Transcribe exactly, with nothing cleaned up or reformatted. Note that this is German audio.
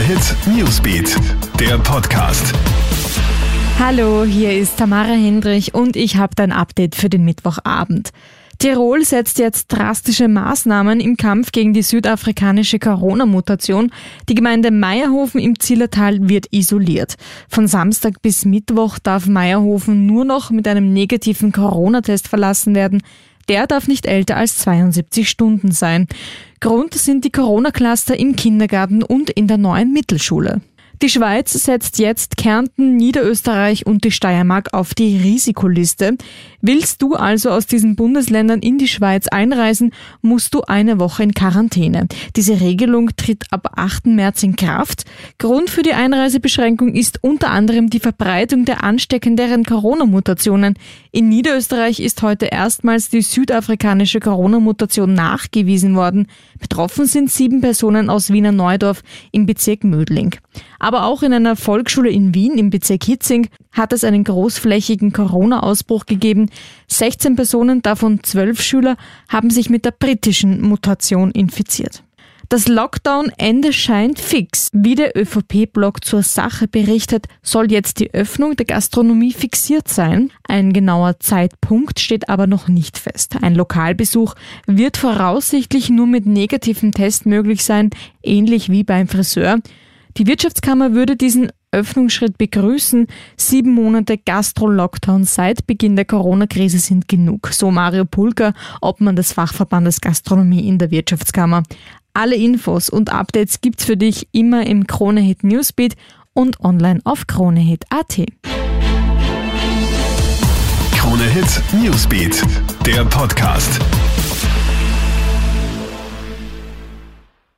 Hit Newsbeat, der Podcast. Hallo, hier ist Tamara Hendrich und ich habe dein Update für den Mittwochabend. Tirol setzt jetzt drastische Maßnahmen im Kampf gegen die südafrikanische Corona-Mutation. Die Gemeinde Meierhofen im Zillertal wird isoliert. Von Samstag bis Mittwoch darf Meierhofen nur noch mit einem negativen Corona-Test verlassen werden. Der darf nicht älter als zweiundsiebzig Stunden sein. Grund sind die Corona-Cluster im Kindergarten und in der neuen Mittelschule. Die Schweiz setzt jetzt Kärnten, Niederösterreich und die Steiermark auf die Risikoliste. Willst du also aus diesen Bundesländern in die Schweiz einreisen, musst du eine Woche in Quarantäne. Diese Regelung tritt ab achten März in Kraft. Grund für die Einreisebeschränkung ist unter anderem die Verbreitung der ansteckenderen Corona-Mutationen. In Niederösterreich ist heute erstmals die südafrikanische Corona-Mutation nachgewiesen worden. Betroffen sind sieben Personen aus Wiener Neudorf im Bezirk Mödling. Aber auch in einer Volksschule in Wien im Bezirk Hitzing hat es einen großflächigen Corona-Ausbruch gegeben. sechzehn Personen, davon zwölf Schüler, haben sich mit der britischen Mutation infiziert. Das Lockdown-Ende scheint fix. Wie der ÖVP-Blog zur Sache berichtet, soll jetzt die Öffnung der Gastronomie fixiert sein. Ein genauer Zeitpunkt steht aber noch nicht fest. Ein Lokalbesuch wird voraussichtlich nur mit negativem Test möglich sein, ähnlich wie beim Friseur. Die Wirtschaftskammer würde diesen Öffnungsschritt begrüßen. Sieben Monate Gastro-Lockdown seit Beginn der Corona-Krise sind genug, so Mario Pulker, Obmann des Fachverbandes Gastronomie in der Wirtschaftskammer. Alle Infos und Updates gibt's für dich immer im Krone-Hit Newsbeat und online auf kronehit punkt at. Krone-Hit Newsbeat, der Podcast.